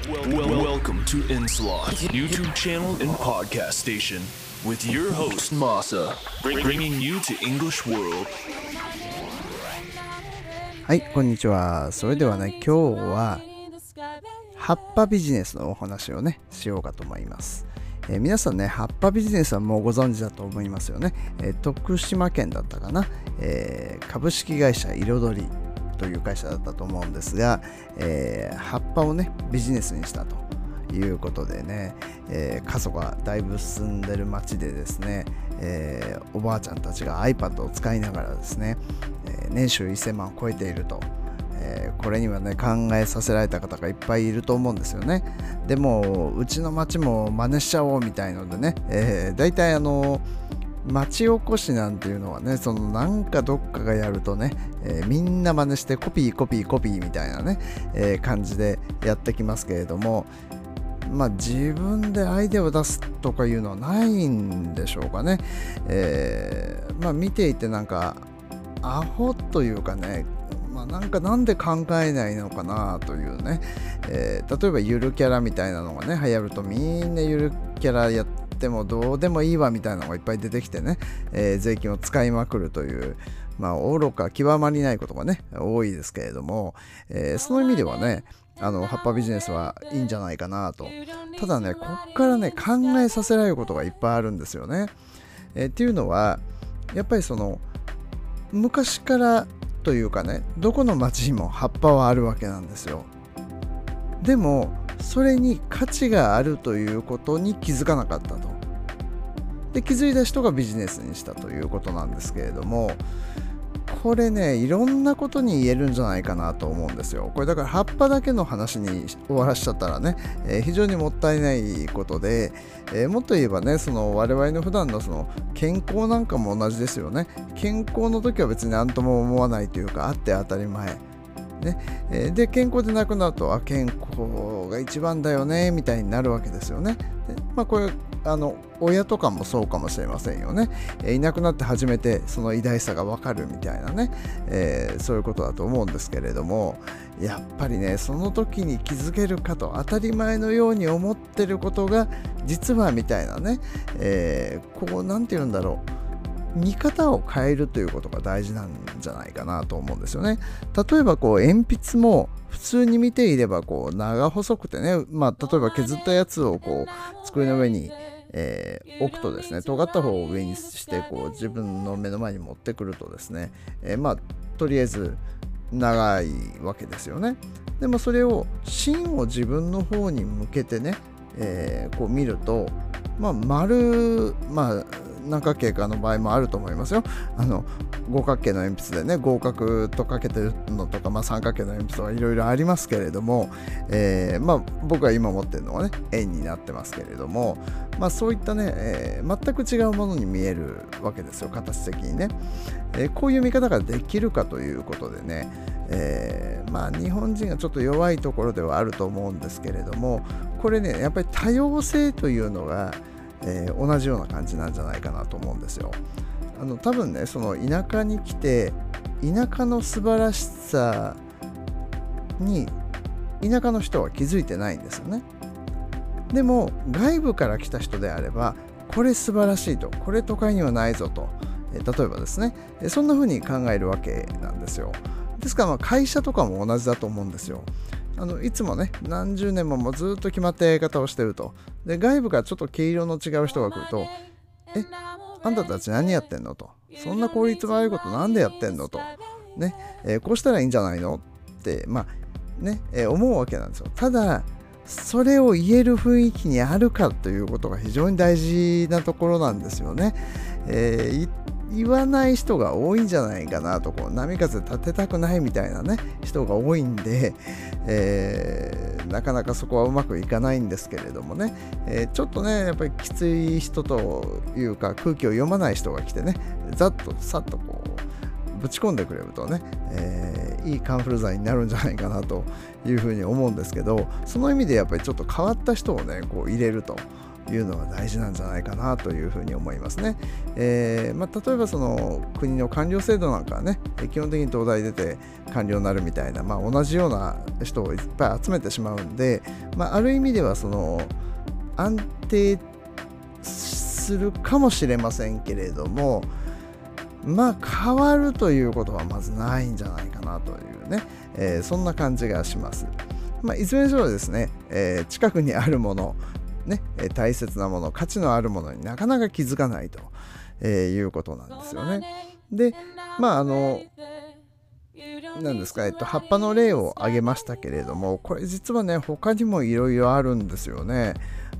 Welcome to Inslot, YouTube channel and podcast station, with your host Masa, bringing you to English World. はい、こんにちは。それではね、今日は葉っぱビジネスのお話をね、しようかと思います。皆さんね、葉っぱビジネスはもうご存知だと思いますよね。徳島県だったかな、株式会社彩りという会社だったと思うんですが、葉っぱをねビジネスにしたということでね、過疎がだいぶ進んでる町でですね、おばあちゃんたちが iPad を使いながらですね、年収1000万を超えていると、これにはね考えさせられた方がいっぱいいると思うんですよね。でもうちの町も真似しちゃおうみたいのでね、だいたい町おこしなんていうのはね、そのなんかどっかがやるとね、みんな真似してコピーみたいなね、感じでやってきますけれども、まあ自分でアイデアを出すとかいうのはないんでしょうかね。まあ見ていてなんかアホというかね、なんで考えないのかなというね、例えばゆるキャラみたいなのがね流行ると、みんなゆるキャラやってもどうでもいいわみたいなのがいっぱい出てきてね、税金を使いまくるという、愚か極まりないことがね多いですけれども、その意味ではね葉っぱビジネスはいいんじゃないかなと。ただね、こっからね考えさせられることがいっぱいあるんですよね。っていうのはやっぱりその昔からというかね、どこの町にも葉っぱはあるわけなんですよ。でもそれに価値があるということに気づかなかったと。で気づいた人がビジネスにしたということなんですけれども、これねいろんなことに言えるんじゃないかなと思うんですよ。これだから葉っぱだけの話に終わらしちゃったらね、非常にもったいないことで、もっと言えばね、その我々の普段のその健康なんかも同じですよね。健康の時は別に何とも思わないというか、あって当たり前ね、で健康でなくなると健康が一番だよねみたいになるわけですよね。でこれ親とかもそうかもしれませんよね。いなくなって初めてその偉大さが分かるみたいなね、そういうことだと思うんですけれども、やっぱりねその時に気づけるかと、当たり前のように思ってることが実はみたいなね、こうなんて言うんだろう、見方を変えるということが大事なんじゃないかなと思うんですよね。例えば鉛筆も普通に見ていれば長細くてね、例えば削ったやつを机の上に、置くとですね、尖った方を上にして自分の目の前に持ってくるとですね、とりあえず長いわけですよね。でもそれを芯を自分の方に向けてね、見ると丸何角形かの場合もあると思いますよ。五角形の鉛筆でね合角とかけてるのとか、三角形の鉛筆はいろいろありますけれども、僕が今持ってるのはね円になってますけれども、そういったね、全く違うものに見えるわけですよ、形的にね。こういう見方ができるかということでね、日本人がちょっと弱いところではあると思うんですけれども、これねやっぱり多様性というのが同じような感じなんじゃないかなと思うんですよ。多分ねその田舎に来て田舎の素晴らしさに田舎の人は気づいてないんですよね。でも外部から来た人であればこれ素晴らしいと、これ都会にはないぞと、例えばですね、そんな風に考えるわけなんですよ。ですから会社とかも同じだと思うんですよ。いつもね何十年もずっと決まったやり方をしてると。で外部からちょっと毛色の違う人が来ると、あんたたち何やってんのと、そんな効率悪いことなんでやってんのとね、こうしたらいいんじゃないのって思うわけなんですよ。ただそれを言える雰囲気にあるかということが非常に大事なところなんですよね。言わない人が多いんじゃないかなと、波風立てたくないみたいなね人が多いんで、なかなかそこはうまくいかないんですけれどもね、ちょっとねやっぱりきつい人というか空気を読まない人が来てね、さっとぶち込んでくれるとね、いいカンフル剤になるんじゃないかなというふうに思うんですけど、その意味でやっぱりちょっと変わった人をね入れるというのが大事なんじゃないかなというふうに思いますね。例えばその国の官僚制度なんかはね、基本的に東大出て官僚になるみたいな、同じような人をいっぱい集めてしまうんで、ある意味ではその安定するかもしれませんけれども、変わるということはまずないんじゃないかなというね、そんな感じがします。いずれにしろですね、近くにあるもの、大切なもの、価値のあるものになかなか気づかないと、いうことなんですよね。で、何ですか、葉っぱの例を挙げましたけれども、これ実はね、他にもいろいろあるんですよね。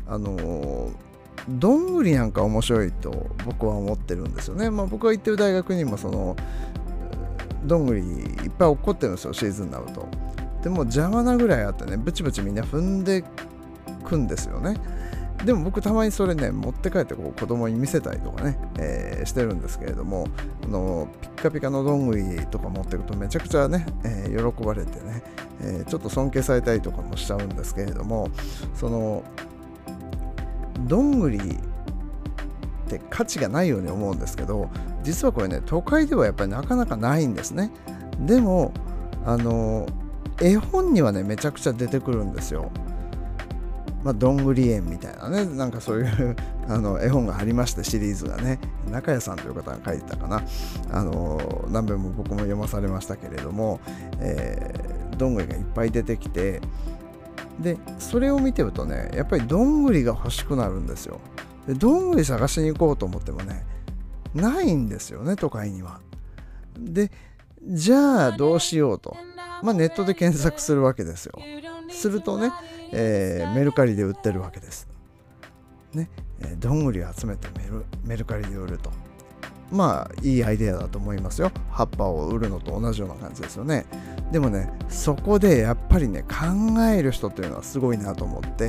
どんぐりなんか面白いと僕は思ってるんですよね。僕が行ってる大学にもそのどんぐりいっぱい落っこってるんですよ、シーズンになると。でも邪魔なぐらいあってね、ブチブチみんな踏んでくんですよね。でも僕たまにそれね持って帰って子供に見せたりとかね、してるんですけれども、ピッカピカのどんぐりとか持ってくとめちゃくちゃね、喜ばれてね、ちょっと尊敬されたりとかもしちゃうんですけれども、そのどんぐりって価値がないように思うんですけど、実はこれね都会ではやっぱりなかなかないんですね。でも絵本にはねめちゃくちゃ出てくるんですよ。どんぐり園みたいなね、なんかそういう絵本がありまして、シリーズがね、中谷さんという方が書いてたかな。何遍も僕も読まされましたけれども、どんぐりがいっぱい出てきて、でそれを見てるとね、やっぱりどんぐりが欲しくなるんですよ。でどんぐり探しに行こうと思ってもね、ないんですよね、都会には。でじゃあどうしようと、ネットで検索するわけですよ。するとね、メルカリで売ってるわけです、ね。どんぐりを集めてメルカリで売ると、いいアイデアだと思いますよ。葉っぱを売るのと同じような感じですよね。でもね、そこでやっぱりね考える人っていうのはすごいなと思って、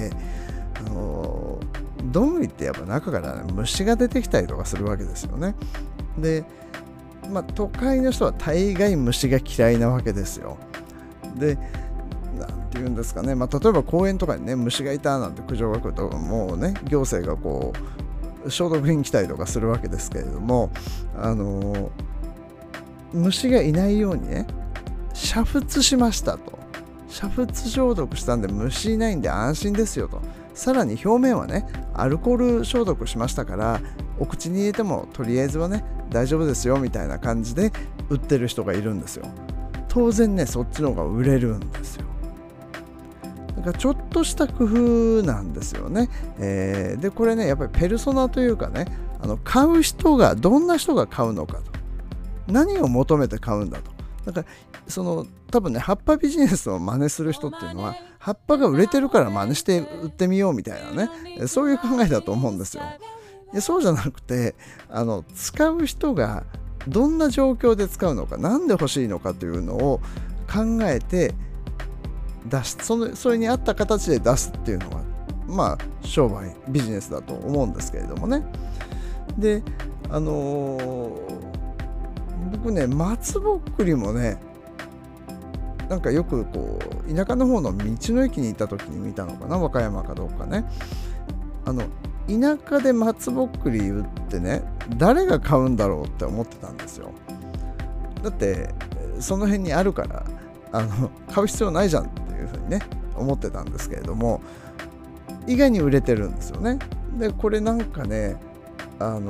どんぐりってやっぱ中からね虫が出てきたりとかするわけですよね。で都会の人は大概虫が嫌いなわけですよ。でなんて言うんですかね、例えば公園とかにね虫がいたなんて苦情が来ると、もうね行政が消毒に来たりとかするわけですけれども、虫がいないようにね煮沸しましたと、煮沸消毒したんで虫いないんで安心ですよと、さらに表面はねアルコール消毒しましたから、お口に入れてもとりあえずはね大丈夫ですよみたいな感じで売ってる人がいるんですよ。当然ねそっちの方が売れるんですよ。だからちょっとした工夫なんですよね。でこれねやっぱりペルソナというかね、買う人がどんな人が買うのかと、何を求めて買うんだと。だから多分ね葉っぱビジネスを真似する人っていうのは、葉っぱが売れてるから真似して売ってみようみたいなね、そういう考えだと思うんですよ。でそうじゃなくて、使う人がどんな状況で使うのか、なんで欲しいのかというのを考えて出す、それに合った形で出すっていうのが商売ビジネスだと思うんですけれどもね。で僕ね松ぼっくりもねなんかよく田舎の方の道の駅に行った時に見たのかな、和歌山かどうかね。田舎で松ぼっくり売ってね、誰が買うんだろうって思ってたんですよ。だってその辺にあるから買う必要ないじゃんっていうふうにね思ってたんですけれども、意外に売れてるんですよね。でこれなんかねなん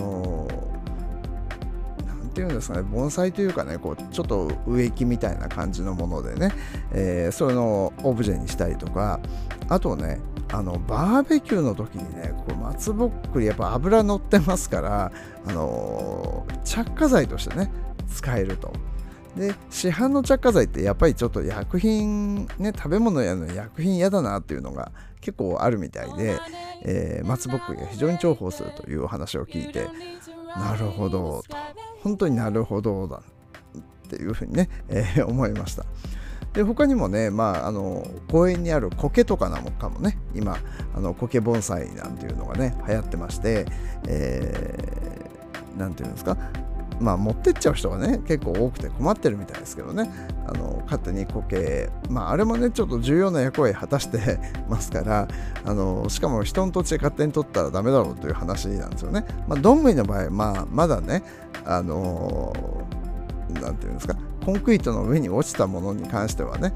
ていうんですかね、盆栽というかね、ちょっと植木みたいな感じのものでね、それのオブジェにしたりとか、あとねバーベキューの時にね松ぼっくりやっぱ油乗ってますから、着火剤としてね使えると。で市販の着火剤ってやっぱりちょっと薬品ね、食べ物やの薬品嫌だなっていうのが結構あるみたいで、松ぼっくりが非常に重宝するというお話を聞いて、なるほどと、本当になるほどだっていうふうにね、思いました。で他にもね、公園にある苔とかなんかもね、今苔盆栽なんていうのがね流行ってまして、なんていうんですか、 持ってっちゃう人がね結構多くて困ってるみたいですけどね、勝手に固形、あれもねちょっと重要な役割果たしてますから、しかも人の土地で勝手に取ったらダメだろうという話なんですよね。どんぐりの場合はまだねなんていうんですか、コンクリートの上に落ちたものに関してはね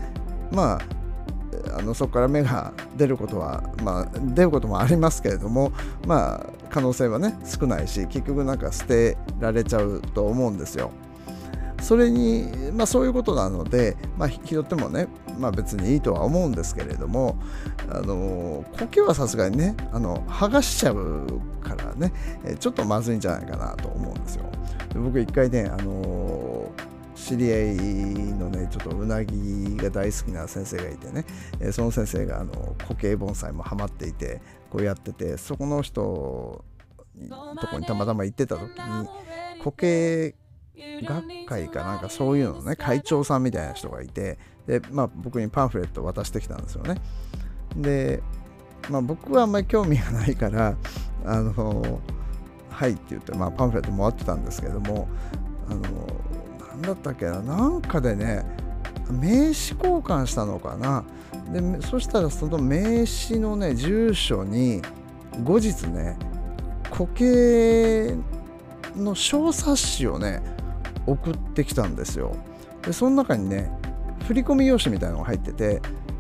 そこから芽が出ることは、出ることもありますけれども、可能性はね少ないし、結局なんか捨てられちゃうと思うんですよ。それに、そういうことなので、拾ってもね、別にいいとは思うんですけれども、苔はさすがにね剥がしちゃうからね、ちょっとまずいんじゃないかなと思うんですよ。で僕一回ね知り合いのねちょっとうなぎが大好きな先生がいてね、その先生が固形盆栽もハマっていてこうやってて、そこの人のとこにたまたま行ってた時に固形学会かなんかそういうのね会長さんみたいな人がいて、で僕にパンフレットを渡してきたんですよね。で僕はあんまり興味がないからはいって言ってパンフレットもらってたんですけども、なんだったっけな、なんかでね名刺交換したのかな。でそしたらその名刺のね住所に後日ね固形の小冊子をね送ってきたんですよ。でその中にね振込用紙みたいなのが入ってて、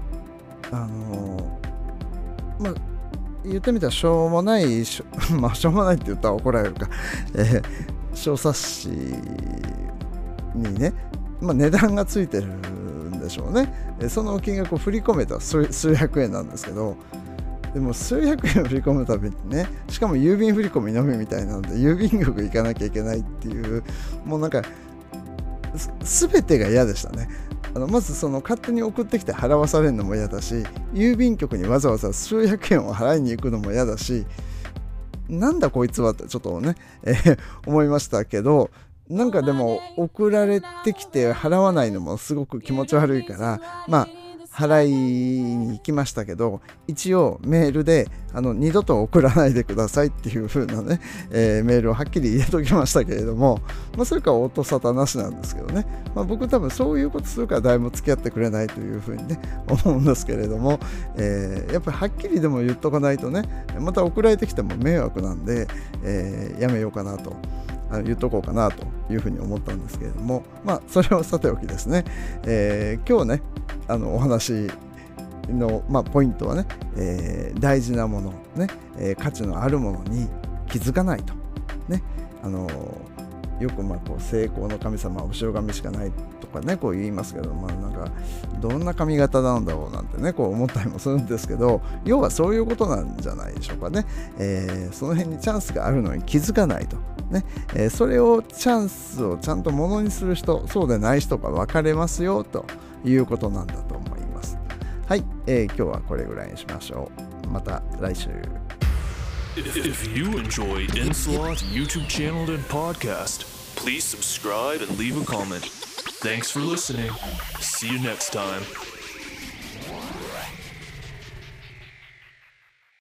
言ってみたらしょうもないしょうもないって言ったら怒られるか、小冊子にね、値段がついてるんでしょうね。その金額を振り込めた数百円なんですけど、でも数百円振り込むたびにね、しかも郵便振り込みのみみたいなので郵便局行かなきゃいけないっていう、もうなんか全てが嫌でしたね。まずその勝手に送ってきて払わされるのも嫌だし、郵便局にわざわざ数百円を払いに行くのも嫌だし、なんだこいつはってちょっとね、思いましたけど、なんかでも送られてきて払わないのもすごく気持ち悪いから、払いに行きましたけど、一応メールで二度と送らないでくださいっていう風なね、メールをはっきり入れときましたけれども、それから音沙汰なしなんですけどね、僕多分そういうことするから誰も付き合ってくれないという風にね思うんですけれども、やっぱりはっきりでも言っとかないとね、また送られてきても迷惑なんで、やめようかなと言っとこうかなというふうに思ったんですけれども、それはさておきですね、今日ねお話の、ポイントはね、大事なもの、ね価値のあるものに気づかないと、ね、よくこう成功の神様は後ろ髪しかないとかねこう言いますけど、なんかどんな髪型なんだろうなんてねこう思ったりもするんですけど、要はそういうことなんじゃないでしょうかね。その辺にチャンスがあるのに気づかないとね、それをチャンスをちゃんとものにする人、そうでない人が分かれますよということなんだと思います。はい、今日はこれぐらいにしましょう。また来週。 If you enjoyed Inslaw's YouTube channel and podcast, please subscribe and leave a comment. Thanks for listening. See you next time.